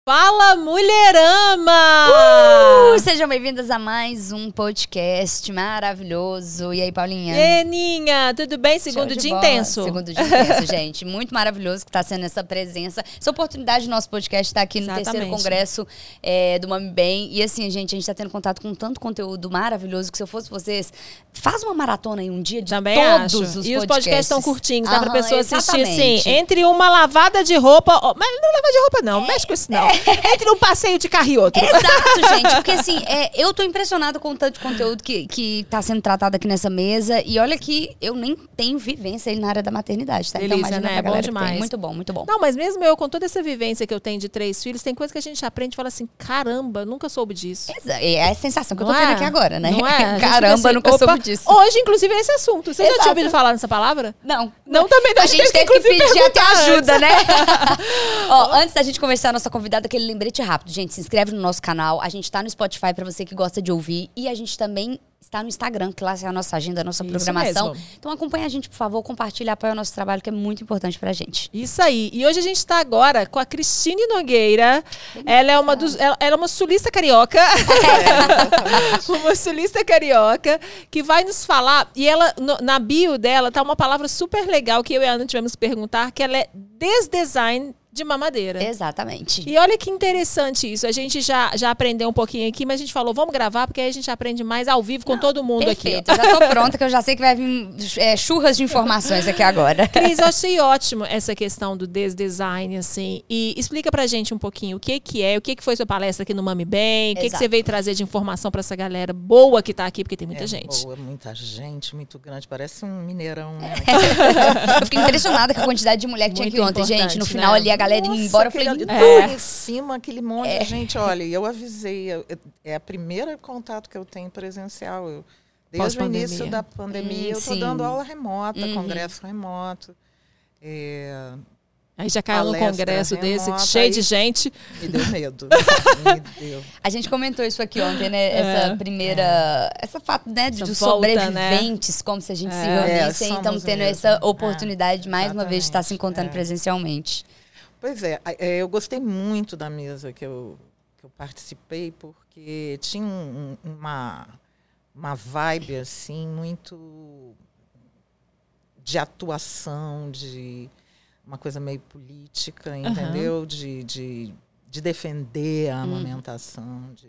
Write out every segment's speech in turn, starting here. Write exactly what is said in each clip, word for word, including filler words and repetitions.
Fala, mulherama! Uh, sejam bem-vindas a mais um podcast maravilhoso. E aí, Paulinha? E Aninha, tudo bem? Segundo dia bola. intenso. Segundo dia intenso, gente. Muito maravilhoso que está sendo essa presença. Essa oportunidade do nosso podcast estar aqui no Exatamente. terceiro congresso é, do Mami Bem. E assim, gente, a gente está tendo contato com tanto conteúdo maravilhoso que se eu fosse vocês, faz uma maratona aí um dia de Também todos acho. os podcasts. E os podcasts estão curtinhos, dá pra Aham, pessoa assistir exatamente. assim, entre uma lavada de roupa, ó, mas não lavar de roupa não, é, mexe com isso não. É. Entre um passeio de carro e outro. Exato, gente, porque assim, é, eu tô impressionada com o tanto de conteúdo que, que tá sendo tratado aqui nessa mesa, e olha que eu nem tenho vivência aí na área da maternidade, tá? Delícia, então imagina né? pra É bom galera que demais. tem. Muito bom, muito bom. Não, mas mesmo eu, com toda essa vivência que eu tenho de três filhos, tem coisa que a gente aprende e fala assim, caramba, nunca soube disso. Exa- É a sensação que eu tô Não tendo é? aqui agora, né? Não é? A gente Caramba, fica assim, nunca opa, soube disso. Hoje, inclusive, é esse assunto. Você já Exato. tinha ouvido falar nessa palavra? Não. Não, também não. A gente teve que inclusive, pedir até perguntar ajuda, antes. né? Ó, antes da gente conversar, a nossa convidada, aquele lembrete rápido. Gente, se inscreve no nosso canal. A gente tá no Spotify pra você que gosta de ouvir. E a gente também está no Instagram, que lá é a nossa agenda, a nossa Isso programação. mesmo. Então acompanha a gente, por favor, compartilha, apoia o nosso trabalho, que é muito importante pra gente. Isso aí. E hoje a gente está agora com a Cristine Nogueira. Ela é uma dos, ela, ela é uma sulista carioca. uma sulista carioca que vai nos falar. E ela, no, na bio dela, tá uma palavra super legal que eu e a Ana tivemos que perguntar, que ela é desdesign de mamadeira. Exatamente. E olha que interessante isso. A gente já, já aprendeu um pouquinho aqui, mas a gente falou, vamos gravar, porque aí a gente aprende mais ao vivo com todo mundo Perfeito. aqui. Eu já tô pronta, que eu já sei que vai vir é, churras de informações aqui agora. Cris, eu achei ótimo essa questão do desdesign, assim. E explica pra gente um pouquinho o que que é, o que que foi sua palestra aqui no Mami Bem, o que que Exato. você veio trazer de informação pra essa galera boa que tá aqui, porque tem muita é gente. Boa, muita gente, muito grande. Parece um mineirão, né? Eu fiquei impressionada com a quantidade de mulher que tinha Muito aqui ontem, gente. No importante, final né? ali, a galera indo Nossa, embora, eu aquele falei, ali, É. tão em cima, aquele monte de gente. Olha, eu avisei. eu- É a primeira contato que eu tenho presencial. Eu, desde o Pós-pandemia. início da pandemia, Hum, eu estou sim. dando aula remota, Uhum. congresso remoto. É, Aí já caiu num palestra congresso desse, remota, cheio aí- de gente. me deu medo. me deu. A gente comentou isso aqui ontem, né? É. Essa primeira... Essa fato, né? Essa Dos volta, sobreviventes, como se a gente se É. reunisse. É, Então, somos tendo mesmo. essa oportunidade, mais uma vez, de estar se Exatamente, encontrando é. presencialmente. Pois é, a- é, eu gostei muito da mesa que eu, que eu participei, porque tinha um- um- uma, uma vibe assim muito de atuação, de uma coisa meio política, entendeu? De, de, de defender a amamentação, de,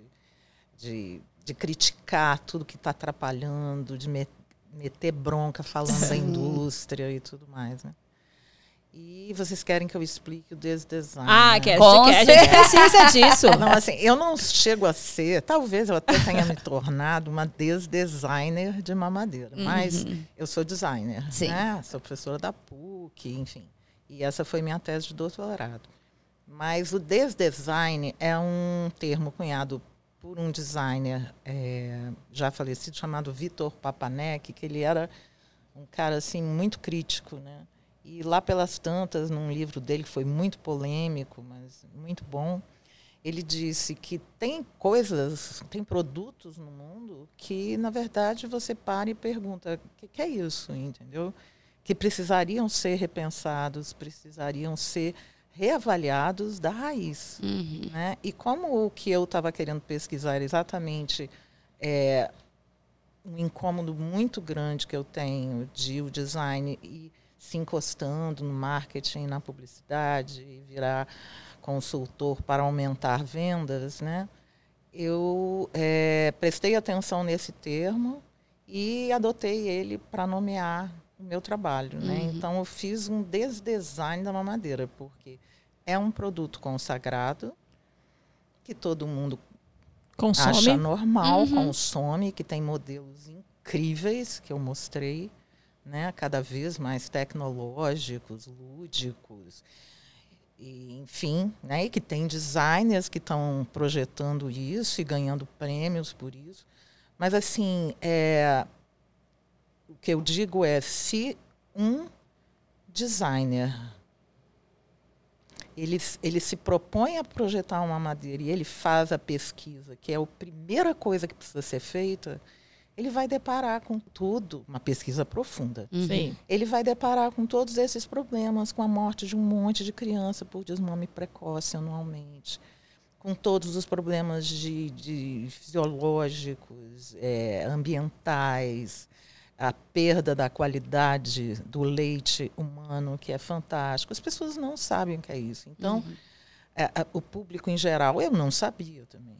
de, de criticar tudo que está atrapalhando, de me- meter bronca falando da indústria e tudo mais, né? E vocês querem que eu explique o desdesign? Ah, né? quer, Com quer, a gente precisa disso. Não, assim, eu não chego a ser, talvez eu até tenha me tornado uma desdesigner de mamadeira, mas eu sou designer, Sim. né? Sou professora da P U C, enfim. E essa foi minha tese de doutorado. Mas o desdesign é um termo cunhado por um designer é, já falecido, chamado Vitor Papanek, que ele era um cara assim, muito crítico, né? E lá pelas tantas, num livro dele que foi muito polêmico, mas muito bom, ele disse que tem coisas, tem produtos no mundo que, na verdade, você para e pergunta, o que, que é isso, entendeu? Que precisariam ser repensados, precisariam ser reavaliados da raiz. Uhum. Né? E como o que eu estava querendo pesquisar era exatamente é, um incômodo muito grande que eu tenho de o design e se encostando no marketing, na publicidade, e virar consultor para aumentar vendas, né? Eu é, prestei atenção nesse termo e adotei ele para nomear o meu trabalho, né? Uhum. Então, eu fiz um desdesign da mamadeira, porque é um produto consagrado que todo mundo Consome. acha normal, Uhum. consome, que tem modelos incríveis que eu mostrei, né, cada vez mais tecnológicos, lúdicos, e, enfim, né, e que tem designers que estão projetando isso e ganhando prêmios por isso. Mas, assim, é, o que eu digo é, se um designer ele, ele se propõe a projetar uma madeira e ele faz a pesquisa, que é a primeira coisa que precisa ser feita, ele vai deparar com tudo, uma pesquisa profunda. Uhum. Sim. Ele vai deparar com todos esses problemas, com a morte de um monte de criança por desmame precoce anualmente, com todos os problemas de, de fisiológicos, é, ambientais, a perda da qualidade do leite humano, que é fantástico. As pessoas não sabem o que é isso. Então, uhum. é, a, o público em geral, eu não sabia também.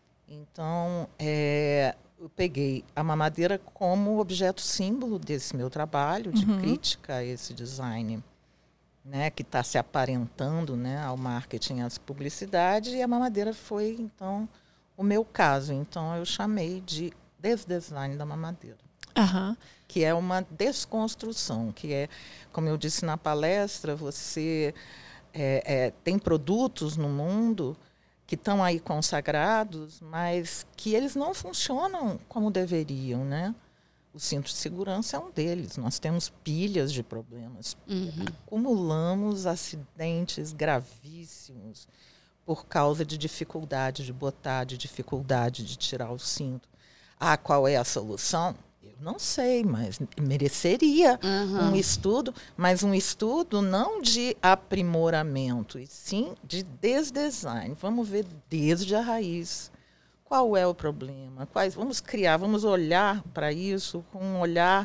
Então, é, eu peguei a mamadeira como objeto símbolo desse meu trabalho, de uhum. crítica a esse design, né, que está se aparentando, né, ao marketing, às publicidades, e a mamadeira foi, então, o meu caso. Então, eu chamei de desdesign da mamadeira. Uhum. Que é uma desconstrução, que é, como eu disse na palestra, você é, é, tem produtos no mundo que estão aí consagrados, mas que eles não funcionam como deveriam, né? O cinto de segurança é um deles. Nós temos pilhas de problemas. Uhum. Acumulamos acidentes gravíssimos por causa de dificuldade de botar, de dificuldade de tirar o cinto. Ah, qual é a solução? Eu não sei, mas mereceria uhum. um estudo, mas um estudo não de aprimoramento, e sim de desdesign. Vamos ver desde a raiz. Qual é o problema? Quais, vamos criar, vamos olhar para isso com um olhar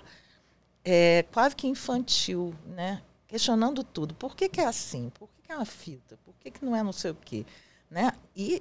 é, quase que infantil, né? Questionando tudo. Por que, que é assim? Por que, que é uma fita? Por que, que não é não sei o quê? Né? E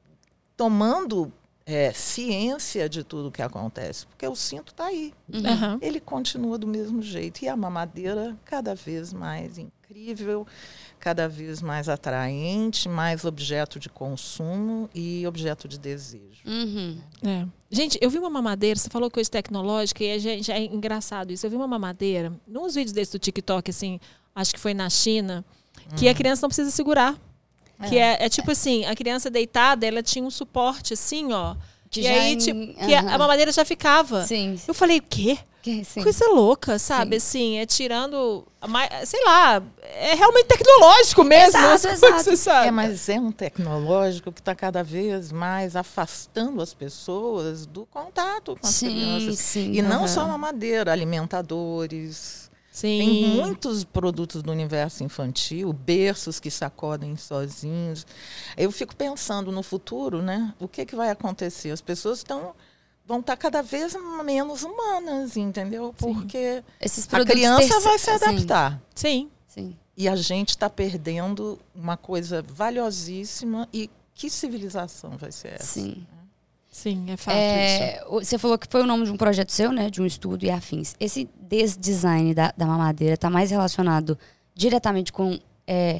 tomando é, ciência de tudo que acontece, porque o cinto está aí. Uhum. Ele continua do mesmo jeito. E a mamadeira cada vez mais incrível, cada vez mais atraente, mais objeto de consumo e objeto de desejo. Uhum. É. Gente, eu vi uma mamadeira, você falou coisa tecnológica, e a gente, é engraçado isso. Eu vi uma mamadeira, nos vídeos desses do TikTok, assim, acho que foi na China, que hum. a criança não precisa segurar. É. Que é, é tipo assim, a criança deitada, ela tinha um suporte assim, ó. Que e aí, em... tipo, uhum. que a, a mamadeira já ficava. Sim. Eu falei, o quê? Que, sim. Coisa louca, sabe? Sim. Assim, é tirando, sei lá, é realmente tecnológico mesmo. Exato, exato. Você sabe. É, mas é um tecnológico que está cada vez mais afastando as pessoas do contato com as sim, crianças. Sim, e uhum. não só a mamadeira, alimentadores. Sim. Tem muitos produtos do universo infantil, berços que sacodem sozinhos. Eu fico pensando no futuro, né? O que, que vai acontecer? As pessoas estão... vão estar cada vez menos humanas, entendeu? Porque Esses a criança terci... vai se adaptar. Sim. Sim. E a gente está perdendo uma coisa valiosíssima. E que civilização vai ser essa? Sim. Sim, é fato é, isso. Você falou que foi o nome de um projeto seu, né? De um estudo e afins. Esse desdesign da, da mamadeira está mais relacionado diretamente com é,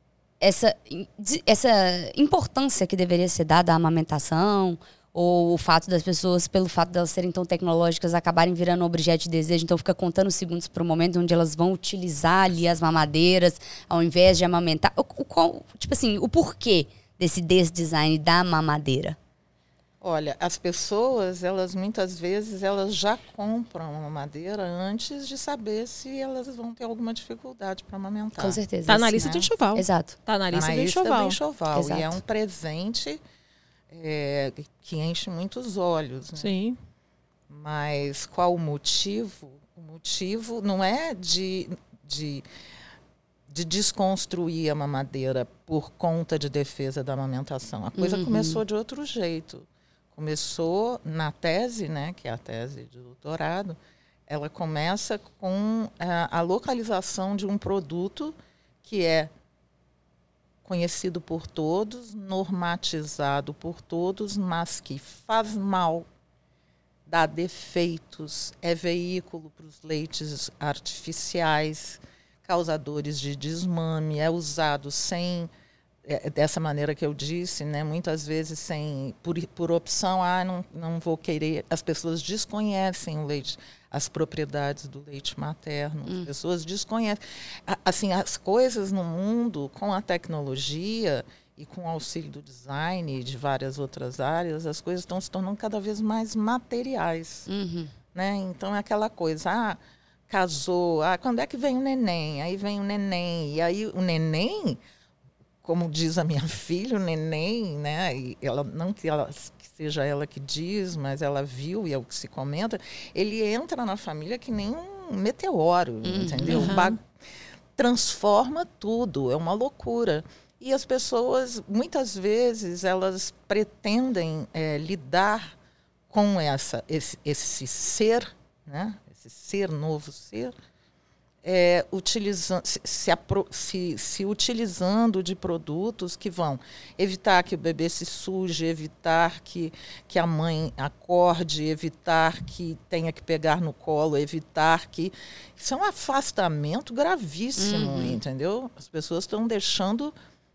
essa, essa importância que deveria ser dada à amamentação, ou o fato das pessoas, pelo fato de elas serem tão tecnológicas, acabarem virando objeto de desejo, então fica contando segundos para o momento onde elas vão utilizar ali as mamadeiras ao invés de amamentar. O, o, tipo assim, o porquê desse desdesign da mamadeira? Olha, as pessoas, elas muitas vezes, elas já compram uma mamadeira antes de saber se elas vão ter alguma dificuldade para amamentar. Com certeza. Está na lista né? do enxoval. Exato. Está na lista, tá na do, lista enxoval. do enxoval. Exato. E é um presente é, que enche muitos olhos. Né? Sim. Mas qual o motivo? O motivo não é de... de de desconstruir a mamadeira por conta de defesa da amamentação. A coisa uhum. começou de outro jeito. Começou na tese, né, que é a tese de doutorado, ela começa com a, a localização de um produto que é conhecido por todos, normatizado por todos, mas que faz mal, dá defeitos, é veículo para os leites artificiais, causadores de desmame, é usado sem, é, dessa maneira que eu disse, né, muitas vezes sem, por, por opção, ah, não, não vou querer, as pessoas desconhecem o leite, as propriedades do leite materno, hum. as pessoas desconhecem. Assim, as coisas no mundo, com a tecnologia e com o auxílio do design e de várias outras áreas, as coisas estão se tornando cada vez mais materiais. Uhum. Né? Então, é aquela coisa, ah, casou, ah, quando é que vem o neném? Aí vem o neném, e aí o neném, como diz a minha filha, o neném, né, e ela, não que, ela, que seja ela que diz, mas ela viu e é o que se comenta, ele entra na família que nem um meteoro, uhum. entendeu? Ba- transforma tudo, é uma loucura. E as pessoas, muitas vezes, elas pretendem é, lidar com essa, esse, esse ser, né? Esse ser, novo ser, é, utilizando, se, se, apro, se, se utilizando de produtos que vão evitar que o bebê se suje, evitar que, que a mãe acorde, evitar que tenha que pegar no colo, evitar que... Isso é um afastamento gravíssimo, uhum. entendeu? As pessoas estão deixando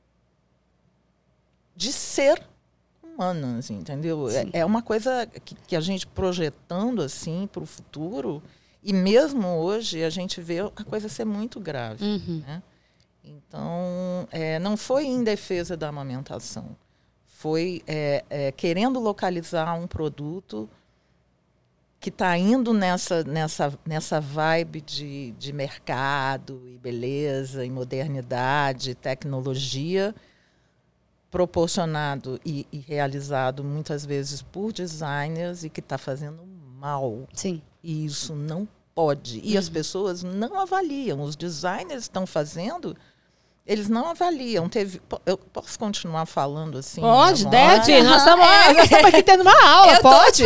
de ser humanas, entendeu? É, é uma coisa que, que a gente projetando assim para o futuro, e mesmo hoje a gente vê a coisa ser muito grave. Uhum. Né? Então, é, não foi em defesa da amamentação, foi é, é, querendo localizar um produto que está indo nessa, nessa, nessa vibe de, de mercado, e beleza, e modernidade, tecnologia, proporcionado e, e realizado muitas vezes por designers e que está fazendo mal. Sim. E isso não pode. E uhum. as pessoas não avaliam. Os designers estão fazendo, eles não avaliam. Teve, eu posso continuar falando assim? Pode, deve. Nós estamos é. aqui tendo uma aula, eu pode?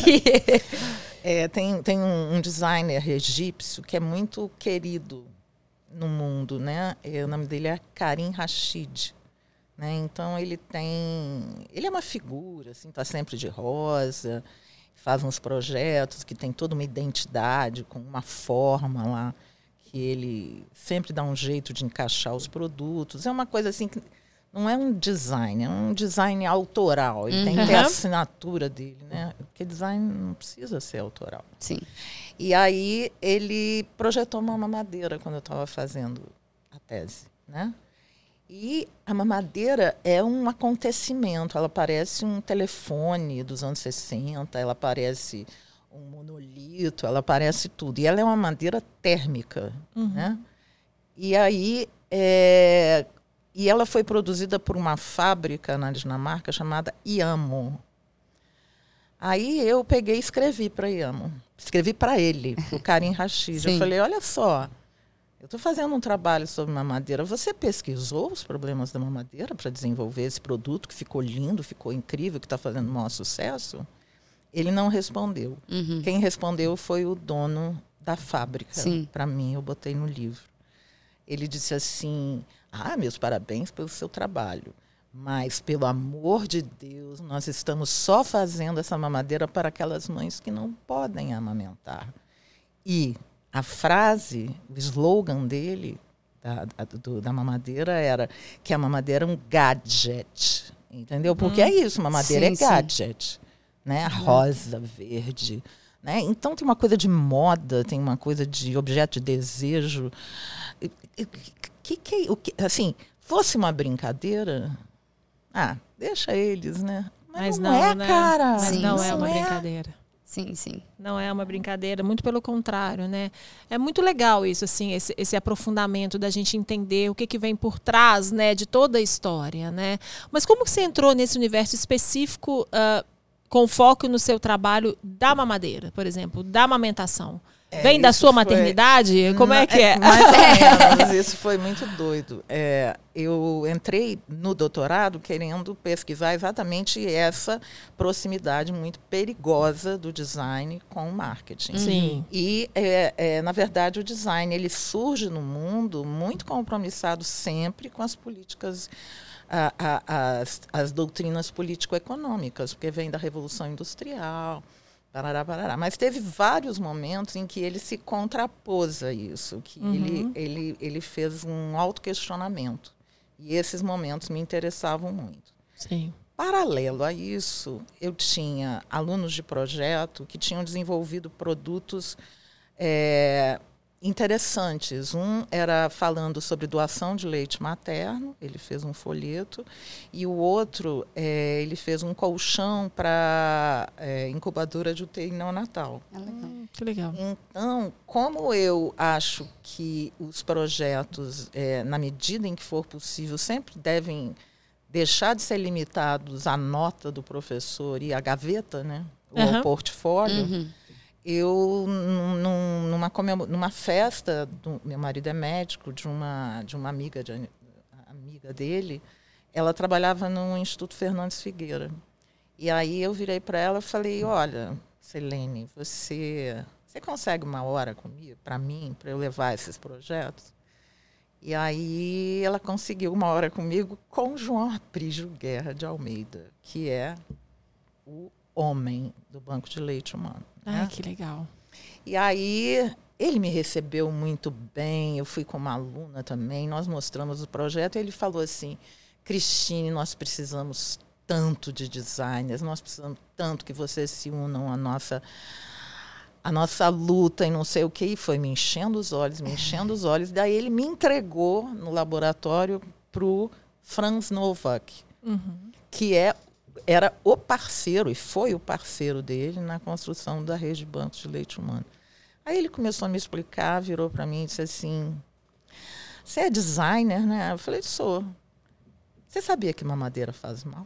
é, tem tem um, um designer egípcio que é muito querido no mundo, né? O nome dele é Karim Rashid. Né? Então, ele tem... Ele é uma figura, assim, está sempre de rosa, faz uns projetos que tem toda uma identidade, com uma forma lá, que ele sempre dá um jeito de encaixar os produtos. É uma coisa assim que não é um design, é um design autoral. Ele uhum. tem que ter a assinatura dele, né? Porque design não precisa ser autoral. Sim. E aí, ele projetou uma mamadeira quando eu estava fazendo a tese, né? E a mamadeira é um acontecimento, ela parece um telefone dos anos sessenta, ela parece um monolito, ela parece tudo. E ela é uma madeira térmica. Uhum. Né? E aí, é, e ela foi produzida por uma fábrica na Dinamarca chamada Iamo. Aí eu peguei e escrevi para Iamo. Escrevi para ele, para o Karim Rashid. Eu falei, olha só, eu estou fazendo um trabalho sobre mamadeira. Você pesquisou os problemas da mamadeira para desenvolver esse produto que ficou lindo, ficou incrível, que está fazendo o maior sucesso? Ele não respondeu. Uhum. Quem respondeu foi o dono da fábrica. Para mim, eu botei no livro. Ele disse assim, ah, meus parabéns pelo seu trabalho, mas, pelo amor de Deus, nós estamos só fazendo essa mamadeira para aquelas mães que não podem amamentar. E a frase, o slogan dele, da, da, do, da mamadeira, era que a mamadeira é um gadget. Entendeu? Porque hum. é isso, mamadeira sim, é gadget. Sim. Né? Rosa, verde. Né? Então tem uma coisa de moda, tem uma coisa de objeto de desejo. Que, que, o que, assim, fosse uma brincadeira, ah, deixa eles, né? Mas, Mas não, não é, né? cara. Mas sim, não, não é uma é. brincadeira. Sim, sim. Não é uma brincadeira, muito pelo contrário, né? É muito legal isso, assim, esse, esse aprofundamento da gente entender o que, que vem por trás, né, de toda a história, né? Mas como você entrou nesse universo específico uh, com foco no seu trabalho da mamadeira, por exemplo, da amamentação? É, vem da sua foi... maternidade? Como Não, é que é? Mais ou menos, isso foi muito doido. É, eu entrei no doutorado querendo pesquisar exatamente essa proximidade muito perigosa do design com o marketing. Sim. E, é, é, na verdade, o design ele surge no mundo muito compromissado sempre com as políticas, a, a, as, as doutrinas político-econômicas, porque vem da Revolução Industrial. Parará, parará. Mas teve vários momentos em que ele se contrapôs a isso, que uhum. ele, ele, ele fez um autoquestionamento. E esses momentos me interessavam muito. Sim. Paralelo a isso, eu tinha alunos de projeto que tinham desenvolvido produtos é, interessantes. Um era falando sobre doação de leite materno, ele fez um folheto, e o outro, é, ele fez um colchão para é, incubadora de U T I neonatal. É legal. Hum, que legal. Então, como eu acho que os projetos, é, na medida em que for possível, sempre devem deixar de ser limitados à nota do professor e à gaveta, né, ou uhum. ao portfólio, uhum. eu, num, numa, numa festa, do, meu marido é médico, de uma, de uma amiga, de, amiga vida dele, ela trabalhava no Instituto Fernandes Figueira. E aí eu virei para ela e falei, olha, Selene, você, você consegue uma hora comigo, para mim, para eu levar esses projetos? E aí ela conseguiu uma hora comigo com João Aprígio Guerra de Almeida, que é o homem do Banco de Leite Humano. Ai, né? que legal. E aí ele me recebeu muito bem, eu fui como aluna também, nós mostramos o projeto e ele falou assim, Cristine, nós precisamos tanto de designers, nós precisamos tanto que vocês se unam à nossa, à nossa luta e não sei o quê. E foi me enchendo os olhos, me enchendo os olhos. Daí ele me entregou no laboratório para o Franz Nowak, Uhum. que é, era o parceiro, e foi o parceiro dele na construção da rede de bancos de leite humano. Aí ele começou a me explicar, virou para mim e disse assim, você é designer, né? Eu falei, sou. Você sabia que mamadeira faz mal?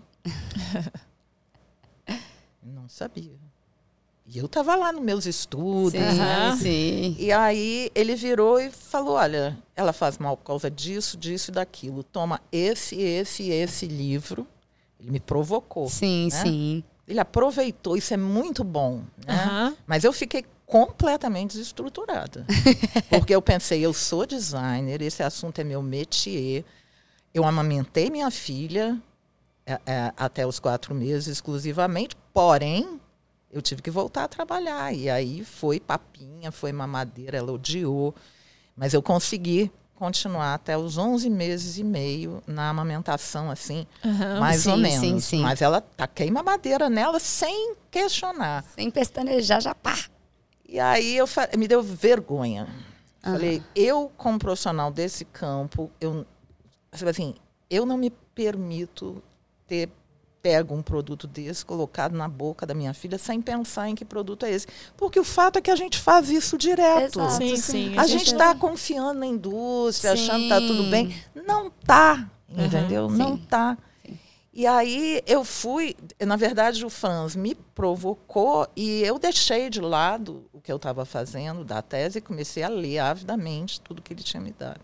Não sabia. E eu estava lá nos meus estudos. Sim, né? sim. E aí ele virou e falou, olha, ela faz mal por causa disso, disso e daquilo. Toma esse, esse, esse livro. Ele me provocou. Sim, né? sim. Ele aproveitou, isso é muito bom. Né? Uhum. Mas eu fiquei completamente desestruturada. Porque eu pensei, eu sou designer, esse assunto é meu métier. Eu amamentei minha filha é, é, até os quatro meses exclusivamente, porém, eu tive que voltar a trabalhar. E aí foi papinha, foi mamadeira, ela odiou. Mas eu consegui continuar até os onze meses e meio na amamentação, assim, Uhum. mais Sim, ou menos. sim, sim. Mas ela taquei mamadeira nela sem questionar. Sem pestanejar, já pá. E aí eu fa- me deu vergonha. Aham. Falei, eu, como profissional desse campo, eu, assim, eu não me permito ter pego um produto desse, colocado na boca da minha filha, sem pensar em que produto é esse. Porque o fato é que a gente faz isso direto. Exato. Sim, sim. sim. A gente está confiando na indústria, Sim. achando que está tudo bem. Não está, entendeu? Sim. Não está. Sim. E aí eu fui, na verdade o Franz me provocou e eu deixei de lado o que eu estava fazendo da tese e comecei a ler avidamente tudo que ele tinha me dado.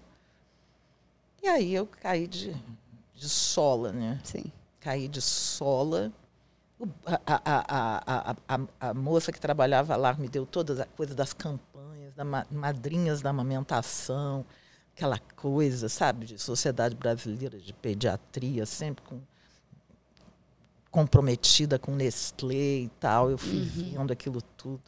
E aí eu caí de, de sola, né? Sim. Caí de sola. O- A, a, a, a, a, a moça que trabalhava lá me deu todas as coisas das campanhas, das ma- madrinhas da amamentação, aquela coisa, sabe, de Sociedade Brasileira de Pediatria, sempre com, comprometida com Nestlé e tal. Eu fui vendo aquilo tudo.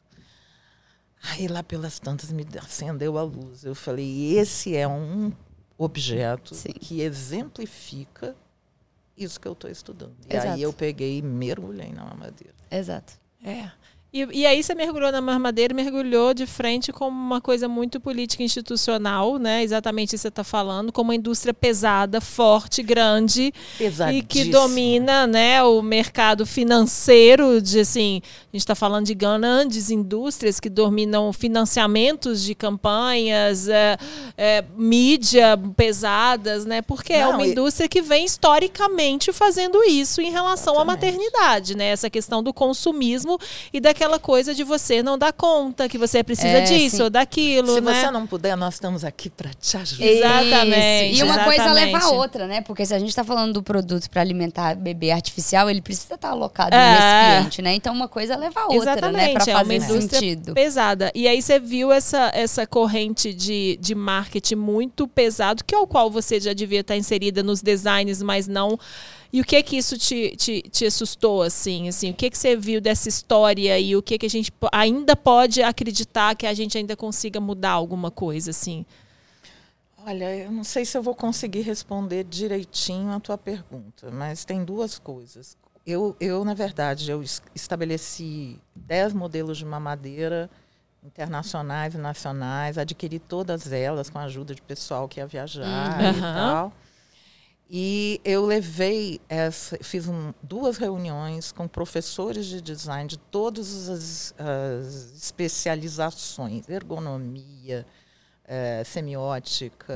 Aí lá pelas tantas me acendeu a luz. Eu falei, esse é um objeto Sim. que exemplifica isso que eu estou estudando. E Exato. aí eu peguei e mergulhei na mamadeira. Exato. É. E, e aí você mergulhou na mamadeira, mergulhou de frente como uma coisa muito política institucional, né? Exatamente isso que você está falando, como uma indústria pesada, forte, grande e que domina, né, o mercado financeiro de, assim, a gente está falando de grandes indústrias que dominam financiamentos de campanhas, é, é, mídia pesadas, né? Porque é Não, uma e- indústria que vem historicamente fazendo isso em relação à Exatamente. maternidade, né? Essa questão do consumismo e daquela coisa de você não dar conta, que você precisa É, disso sim. ou daquilo, Se né? você não puder, nós estamos aqui para te ajudar. Exatamente, Isso. E uma coisa exatamente. leva a outra, né? Porque se a gente está falando do produto para alimentar bebê artificial, ele precisa estar alocado É. no recipiente, né? Então uma coisa leva a outra, Exatamente, né? Para é uma fazer indústria sentido. pesada. E aí você viu essa, essa corrente de, de marketing muito pesado, que é o qual você já devia estar inserida nos designs, mas não. E o que que isso te, te, te assustou, assim, assim? O que que você viu dessa história e o que que a gente po- ainda pode acreditar que a gente ainda consiga mudar alguma coisa, assim? Olha, eu não sei se eu vou conseguir responder direitinho a tua pergunta, mas tem duas coisas. Eu, eu na verdade, eu es- estabeleci dez modelos de mamadeira internacionais e nacionais, adquiri todas elas com a ajuda de pessoal que ia viajar Uhum. e tal. E eu levei essa, fiz um, duas reuniões com professores de design de todas as, as especializações, ergonomia, eh, semiótica,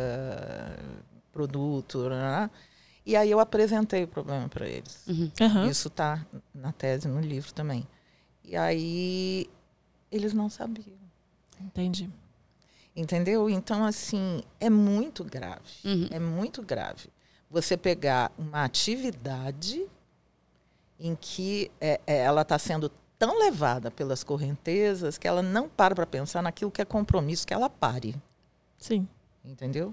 produto, né? E aí eu apresentei o problema para eles. Uhum. Aham. Isso está na tese, no livro também. E aí eles não sabiam. Entendi. Entendeu? Então, assim, é muito grave. Uhum. É muito grave. você pegar uma atividade em que é, é, ela está sendo tão levada pelas correntezas que ela não para para pensar naquilo que é compromisso, que ela pare. Sim. Entendeu?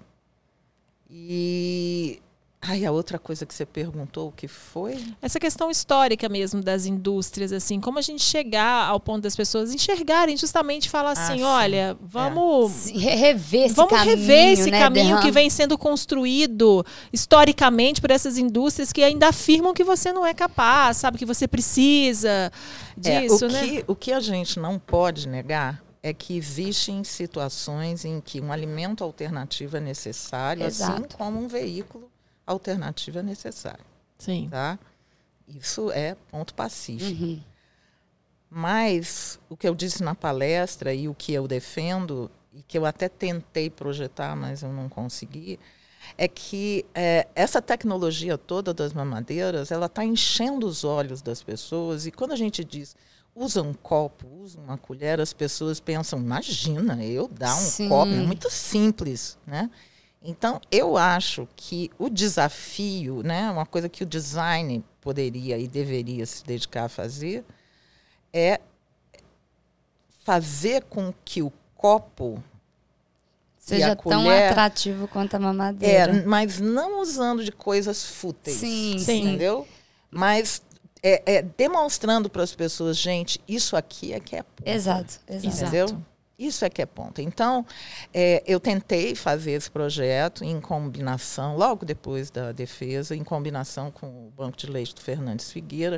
E... Ai, a outra coisa que você perguntou, o que foi? Essa questão histórica mesmo das indústrias, assim, como a gente chegar ao ponto das pessoas enxergarem, justamente falar assim, sim. olha, vamos... É. Rever esse vamos caminho, rever esse né, caminho Derram? que vem sendo construído historicamente por essas indústrias que ainda afirmam que você não é capaz, sabe, que você precisa disso, é, o né? Que, o que a gente não pode negar é que existem situações em que um alimento alternativo é necessário, Exato. assim como um veículo alternativo é necessário. Sim. Tá? Isso é ponto pacífico. Uhum. Mas o que eu disse na palestra e o que eu defendo, e que eu até tentei projetar, mas eu não consegui, é que é, essa tecnologia toda das mamadeiras, ela está enchendo os olhos das pessoas. E quando a gente diz, usa um copo, usa uma colher, as pessoas pensam, imagina, eu dar um Sim. copo, é muito simples, né? Então, eu acho que o desafio, né, uma coisa que o design poderia e deveria se dedicar a fazer, é fazer com que o copo seja e a tão colher, atrativo quanto a mamadeira. É, mas não usando de coisas fúteis, Sim, sim. entendeu? Mas é, é, demonstrando para as pessoas, gente, isso aqui é que é ponto. Exato, exato. Entendeu? Exato. Isso é que é ponto. Então, é, eu tentei fazer esse projeto em combinação, logo depois da defesa, em combinação com o Banco de Leite do Fernandes Figueira.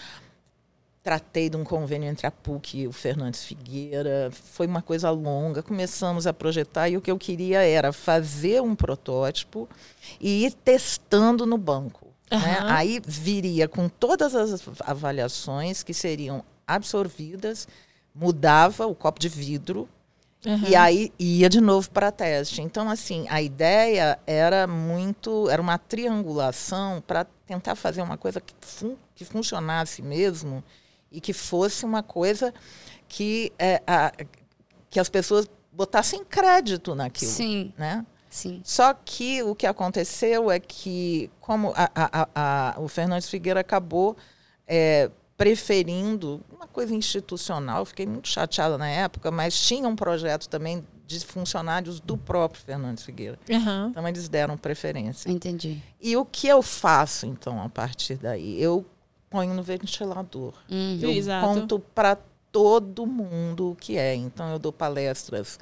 Tratei de um convênio entre a P U C e o Fernandes Figueira. Foi uma coisa longa. Começamos a projetar e o que eu queria era fazer um protótipo e ir testando no banco. Uhum. Né? Aí viria com todas as avaliações que seriam absorvidas, mudava o copo de vidro, Uhum. e aí ia de novo para teste. Então, assim, a ideia era muito, era uma triangulação para tentar fazer uma coisa que, fun que funcionasse mesmo e que fosse uma coisa que, é, a, que as pessoas botassem crédito naquilo. Sim, Né? sim. Só que o que aconteceu é que, como a, a, a, a, o Fernandes Figueira acabou é, preferindo uma coisa institucional, fiquei muito chateada na época, mas tinha um projeto também de funcionários do próprio Fernandes Figueira. Uhum. Então, eles deram preferência. Entendi. E o que eu faço, então, a partir daí? Eu ponho no ventilador. Uhum. Eu Exato. conto para todo mundo o que é. Então, eu dou palestras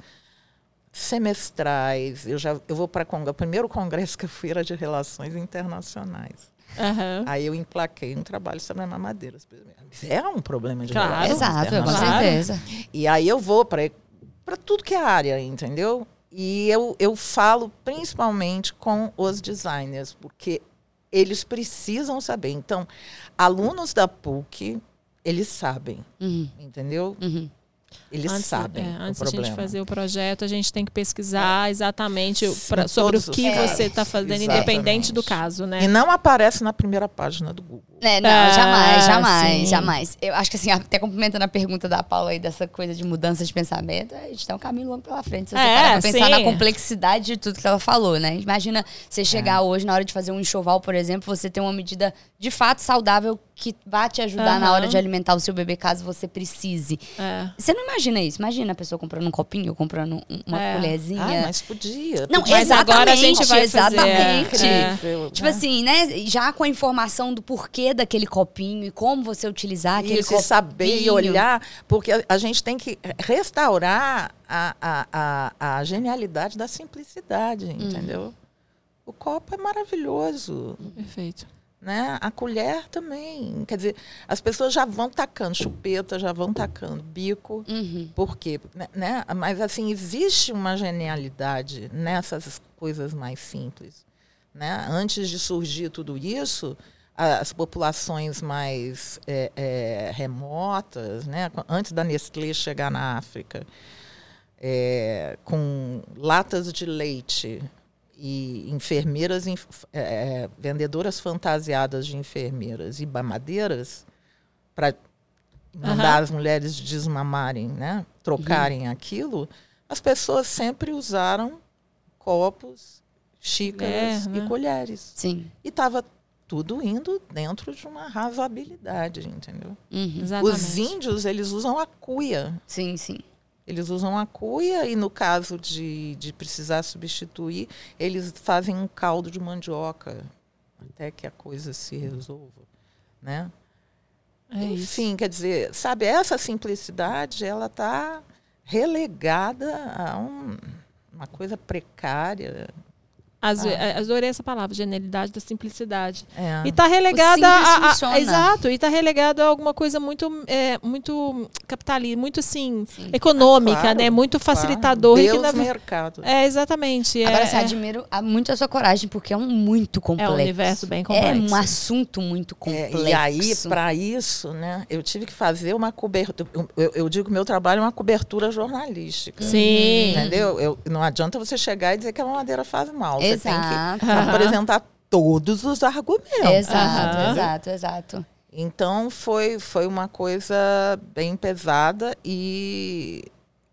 semestrais. Eu, já, eu vou para o primeiro congresso que eu fui era de relações internacionais. Uhum. Aí eu emplaquei um trabalho sobre a mamadeira. É um problema de Claro. relações Exato, com internacionais. certeza. E aí eu vou para tudo que é área, entendeu? E eu, eu falo principalmente com os designers, porque eles precisam saber. Então, alunos da P U C, eles sabem, Uhum. entendeu? Uhum. Eles Antes, sabem é, o antes da problema. gente fazer o projeto, a gente tem que pesquisar exatamente Sim, pra, sobre o todos os que casos. você está fazendo, Exatamente. independente do caso, né? E não aparece na primeira página do Google. É, não, Ah, jamais, jamais, sim. jamais. Eu acho que assim, até complementando a pergunta da Paula aí dessa coisa de mudança de pensamento, a gente tem um caminho longo pela frente. Se você É, parar pra pensar sim. na complexidade de tudo que ela falou, né? Imagina você chegar É. hoje, na hora de fazer um enxoval, por exemplo, você ter uma medida de fato saudável que vai te ajudar na Aham. hora de alimentar o seu bebê caso você precise. É. Você não imagina isso? Imagina a pessoa comprando um copinho, comprando um- uma É. colherzinha. Ah, mas podia. Não, podia. Mas agora a gente exatamente, vai fazer, exatamente. é. Incrível, Tipo né? assim, né? Já com a informação do porquê daquele copinho e como você utilizar aquele Isso, copinho. e saber e olhar, porque a, a gente tem que restaurar a, a, a, a genialidade da simplicidade, entendeu? O copo é maravilhoso, Perfeito. né? A colher também. Quer dizer, as pessoas já vão tacando chupeta, já vão tacando bico. Uhum. Por quê? Né? Mas, assim, existe uma genialidade nessas coisas mais simples. Né? Antes de surgir tudo isso, as populações mais é, é, remotas, né? Antes da Nestlé chegar na África, é, com latas de leite e enfermeiras, é, vendedoras fantasiadas de enfermeiras e mamadeiras, para mandar Uhum. as mulheres desmamarem, né? Trocarem aquilo, as pessoas sempre usaram copos xícaras É, né? e colheres. Sim. E estava tudo indo dentro de uma razoabilidade, entendeu? Uhum. Exatamente. Os índios, eles usam a cuia. Sim, sim. Eles usam a cuia e no caso de, de precisar substituir, eles fazem um caldo de mandioca até que a coisa se resolva, né? É isso. Enfim, quer dizer, sabe, essa simplicidade, ela está relegada a um, uma coisa precária. As, Ah. Adorei essa palavra, genialidade da simplicidade. É. E está relegada O simples a, a, funciona. exato, e está relegado a alguma coisa muito, é, muito capitalista, muito assim, Sim. econômica, Ah, claro, né? Muito claro. facilitador. e que, Deus na- mercado. É, exatamente. Agora, é, assim, é, admiro a- muito a sua coragem, porque é um muito complexo. é um universo bem É complexo. um assunto muito É, complexo. e aí, para isso, né, eu tive que fazer uma cobertura. Eu, eu digo que meu trabalho é uma cobertura jornalística. Sim. Entendeu? Eu, não adianta você chegar e dizer que a mamadeira faz mal. Você tem Exato. que apresentar todos os argumentos. Exato, Aham. exato, exato. Então, foi, foi uma coisa bem pesada e,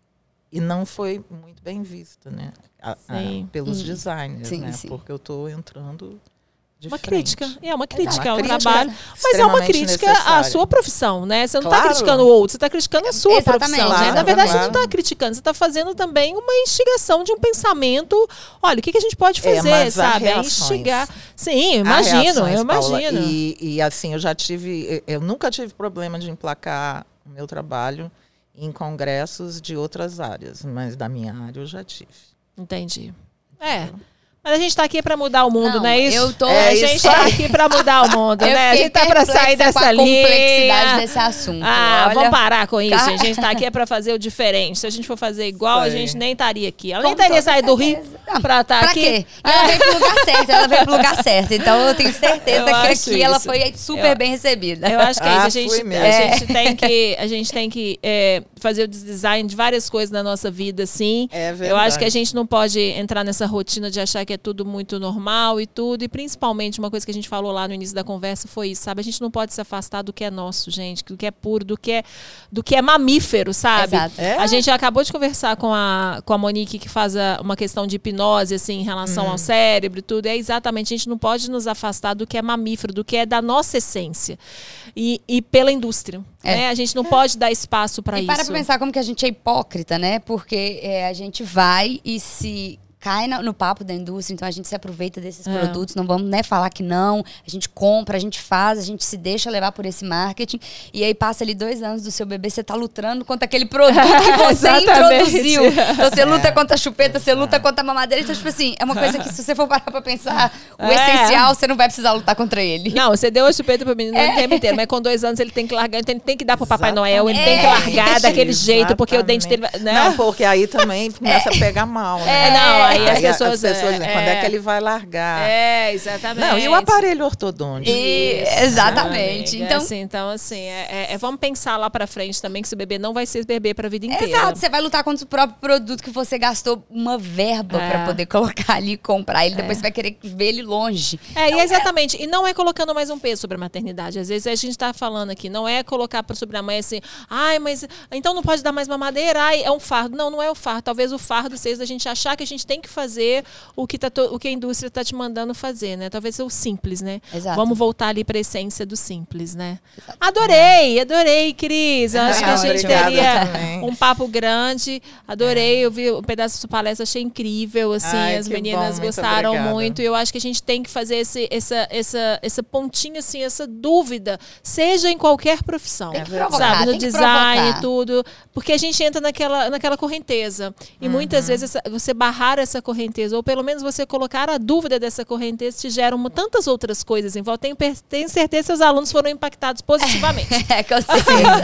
e não foi muito bem vista, né? A- a- Sim. pelos Hum. designers, Sim, né? sim. Porque eu estou entrando de Uma frente. crítica. É uma crítica Uma ao crítica trabalho. Mas é uma extremamente crítica à necessária. sua profissão, né? Você não está Claro. criticando o outro, você está criticando a sua Exatamente, profissão. Né? claro, Na verdade, você claro. não está criticando, você está fazendo também uma instigação de um pensamento. Olha, o que, que a gente pode É, fazer, mas há sabe? É reações. instigar. Sim, eu Há imagino, reações, eu Paula, imagino. E, e assim, eu já tive, eu nunca tive problema de emplacar o meu trabalho em congressos de outras áreas, mas da minha área eu já tive. Entendi. É. Mas a gente está aqui para mudar o mundo, Não, não é isso? eu tô- É, a É gente isso está aí. aqui para mudar o mundo, Eu né? A fiquei gente tá para sair perplexa com dessa a linha. complexidade desse assunto. Ah, Olha, vamos parar com isso. Cara. A gente tá aqui é para fazer o diferente. Se a gente for fazer igual, a Sei. gente nem estaria aqui. Ela Com nem teria toda saído do Rio certeza. Não, para estar Pra aqui. quê? E ela veio pro lugar certo, ela veio pro lugar certo. Então eu tenho certeza Eu que acho aqui ela isso. foi super Eu- bem recebida. Eu acho que é isso. Ah, A gente, fui a mesmo. gente tem que, a gente tem que é, fazer o design de várias coisas na nossa vida, sim. É Eu acho que a verdade. gente não pode entrar nessa rotina de achar que é tudo muito normal e tudo. E principalmente, uma coisa que a gente falou lá no início da conversa foi isso, sabe? A gente não pode se afastar do que é nosso, gente, do que é puro, do que é, do que é mamífero, sabe? Exato. É? A gente acabou de conversar com a, com a Monique, que faz a- uma questão de hipnose, assim, em relação Hum. ao cérebro e tudo. É exatamente, a gente não pode nos afastar do que é mamífero, do que é da nossa essência. E, e pela indústria. É. Né? A gente não pode dar espaço para E isso. para pra pensar como que a gente é hipócrita, né? Porque é, a gente vai e se cai na- no papo da indústria, então a gente se aproveita desses É. produtos, não vamos né, falar que não, a gente compra, a gente faz, a gente se deixa levar por esse marketing, e aí passa ali dois anos do seu bebê, você tá lutando contra aquele produto que você Exatamente. introduziu. Então você luta É. contra a chupeta, você luta contra a mamadeira, então tipo assim, é uma coisa que se você for parar pra pensar, o É. essencial, você não vai precisar lutar contra ele. Não, você deu a chupeta pro menino É. o tempo inteiro, mas com dois anos ele tem que largar, então ele tem que dar pro Papai Noel, ele É. tem que largar daquele jeito, porque o dente dele vai. Né? Não, porque aí também começa a pegar mal, né? É, não, aí as pessoas, dizem, é, quando é é. que ele vai largar? É, exatamente. Não, e o aparelho ortodôntico? E- Isso, exatamente. amiga. Então, assim, então, assim, é, é- é- vamos pensar lá pra frente também que esse bebê não vai ser bebê pra vida inteira. exato, você vai lutar contra o próprio produto que você gastou uma verba É. pra poder colocar ali e comprar ele. Depois você vai querer ver ele longe. É, e exatamente. E não é colocando mais um peso sobre a maternidade. Às vezes a gente tá falando aqui, não é colocar pra- sobre a mãe assim, ai, mas então não pode dar mais mamadeira, ai, é um fardo. Não, não é o fardo. Talvez o fardo seja a gente achar que a gente tem que fazer o que, tá to- o que a indústria está te mandando fazer, né? Talvez seja o simples, né? Exato. Vamos voltar ali para a essência do simples, né? Adorei, adorei, Cris. Eu acho que a Ah, gente obrigada teria também. um papo grande. Adorei, eu vi um pedaço da sua palestra, achei incrível, assim, Ai, as que meninas bom, muito gostaram obrigada. muito. E eu acho que a gente tem que fazer esse, essa, essa, essa pontinha, assim, essa dúvida, seja em qualquer profissão. Tem que verdade. provocar, Sabe, no tem que design e provocar. tudo. Porque a gente entra naquela, naquela correnteza. E muitas vezes essa- você barrar essa correnteza, ou pelo menos você colocar a dúvida dessa correnteza, te gera uma, tantas outras coisas em volta. Tenho, per- tenho certeza que seus alunos foram impactados positivamente. É, com certeza.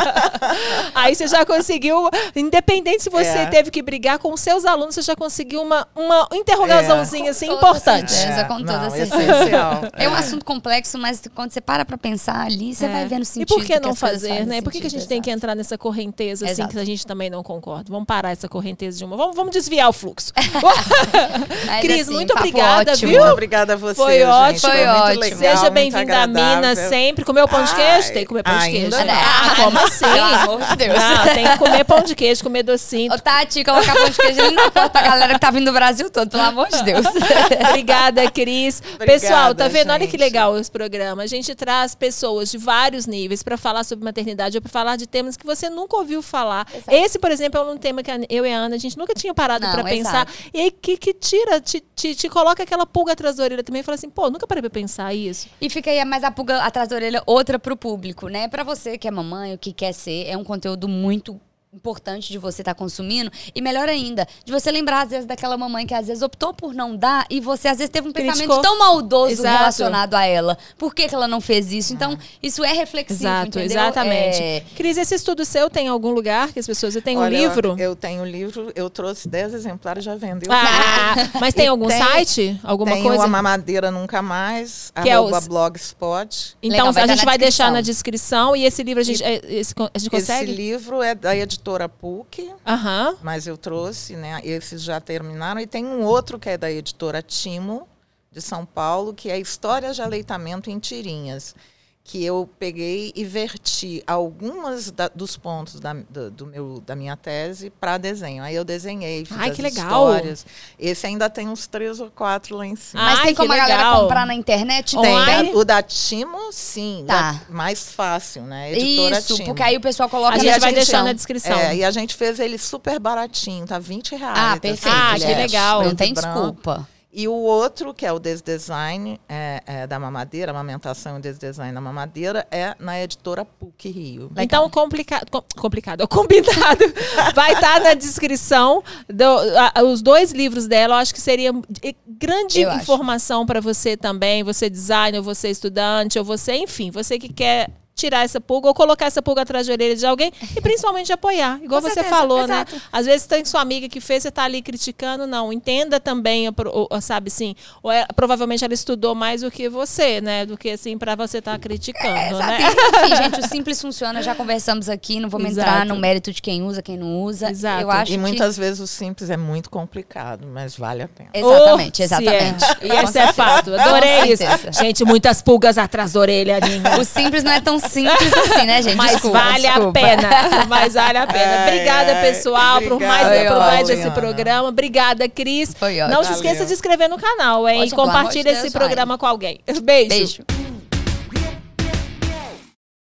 Aí você já conseguiu, independente se você É. teve que brigar com os seus alunos, você já conseguiu uma, uma interrogaçãozinha assim, Com importante. toda certeza, com toda não, certeza. essencial. É um assunto complexo, mas quando você para pra pensar ali, você É. vai vendo o E sentido. por que que não as coisas fazer, fazem né? Por que, que a sentido, gente tem que exato. entrar nessa correnteza assim Exato. que a gente também não concorda? Vamos parar essa correnteza de uma. Vamos, vamos desviar o fluxo. Mas, Cris, assim, muito papo obrigada, ótimo. viu? Muito obrigada a você, Foi gente. ótimo. Foi, Foi muito ótimo. legal, Seja muito bem-vinda a Minas agradável. sempre. Comeu pão de queijo? Ai, Tem que comer pão de queijo. ainda não. Ah, como assim? Pelo amor de Deus. Não, tem que comer pão de queijo, comer docinho. Ô, Tati, colocar pão de queijo ali na porta pra galera que tá vindo do Brasil todo, pelo amor de Deus. Obrigada, Cris. Obrigada, Pessoal, tá vendo? Olha que gente. legal esse programa. A gente traz pessoas de vários níveis para falar sobre maternidade ou para falar de temas que você nunca ouviu falar. Exato. Esse, por exemplo, é um tema que a- eu e a Ana, a gente nunca tinha parado Não, para pensar. exato. E aí que, que tira, te, te, te coloca aquela pulga atrás da orelha também e fala assim, pô, nunca parei pra pensar isso. E fica aí mais a pulga atrás da orelha, outra pro público, né? Pra você que é mamãe, o que quer ser, é um conteúdo muito importante de você estar consumindo. E melhor ainda, de você lembrar, às vezes, daquela mamãe que às vezes optou por não dar e você, às vezes, teve um pensamento Criticou. tão maldoso Exato. relacionado a ela. Por que, que ela não fez isso? Então, isso é reflexivo, Exato, entendeu? exatamente. É... Cris, esse estudo seu tem em algum lugar que as pessoas... Você tem um Olha, eu- livro? Eu, tenho um livro, eu trouxe dez exemplares, já vendeu. Ah, mas tem E algum tem- site? Alguma Tem coisa? a Mamadeira Nunca Mais, Que é arroba os- blogspot. Então, Legal, vai a tá gente na vai deixar descrição. na descrição. E esse livro a gente, é- esse, a gente consegue? Esse livro é da editora P U C, Aham. mas eu trouxe, né? Esses já terminaram. E tem um outro que é da editora Timo, de São Paulo, que é Histórias de Aleitamento em Tirinhas. Que eu peguei e verti algumas da- dos pontos da, do, do meu, da minha tese para desenho. Aí eu desenhei, fiz Ai, as que legal. histórias. Esse ainda tem uns três ou quatro lá em cima. Mas Ai, tem como que a galera legal. comprar na internet? Tem. Tem, Online? o da Timo, sim. Tá. da- mais fácil, né? Editora Isso, Timo. porque aí o pessoal coloca A na gente vai descrição. deixar na descrição. É, e a gente fez ele super baratinho, tá vinte reais. Ah, tá perfeito. Ah, assim, que é, legal. Não preto tem e branco. desculpa. E o outro, que é o Desdesign é, é, da Mamadeira, Amamentação e Desdesign da Mamadeira, é na editora P U C Rio. Então, complicado, com- complicado, ó, combinado, vai estar na descrição do- a- os dois livros dela. Eu acho que seria de- grande Eu acho. informação para você também, você designer, você estudante, ou você, enfim, você que quer tirar essa pulga ou colocar essa pulga atrás da orelha de alguém e principalmente apoiar, igual Com você certeza, falou, exato. né? Às vezes tem sua amiga que fez, você tá ali criticando, não, entenda também, a pro- ou, sabe assim, ou é- provavelmente ela estudou mais do que você, né? Do que assim, para você estar criticando, Exato. né? E, enfim, gente, o simples funciona, já conversamos aqui, não vamos Exato. entrar no mérito de quem usa, quem não usa. Exato. Eu acho E que... muitas vezes o simples é muito complicado, mas vale a pena. Exatamente, Oh, se exatamente. é. E Com esse é fato. Adorei Com isso. certeza. Gente, muitas pulgas atrás da orelha, Aninha. O simples não é tão simples assim, né, gente? Mas Desculpa, vale desculpa. a pena. Mas vale a pena. Ai, Obrigada, ai, pessoal, por mais, obrigada, por mais Juliana. esse programa. Obrigada, Cris. Foi ótimo. Não se esqueça Valeu. de inscrever no canal, hein? Ótimo, E pelo amor de compartilha Deus, esse vai. programa com alguém. Beijo. Beijo.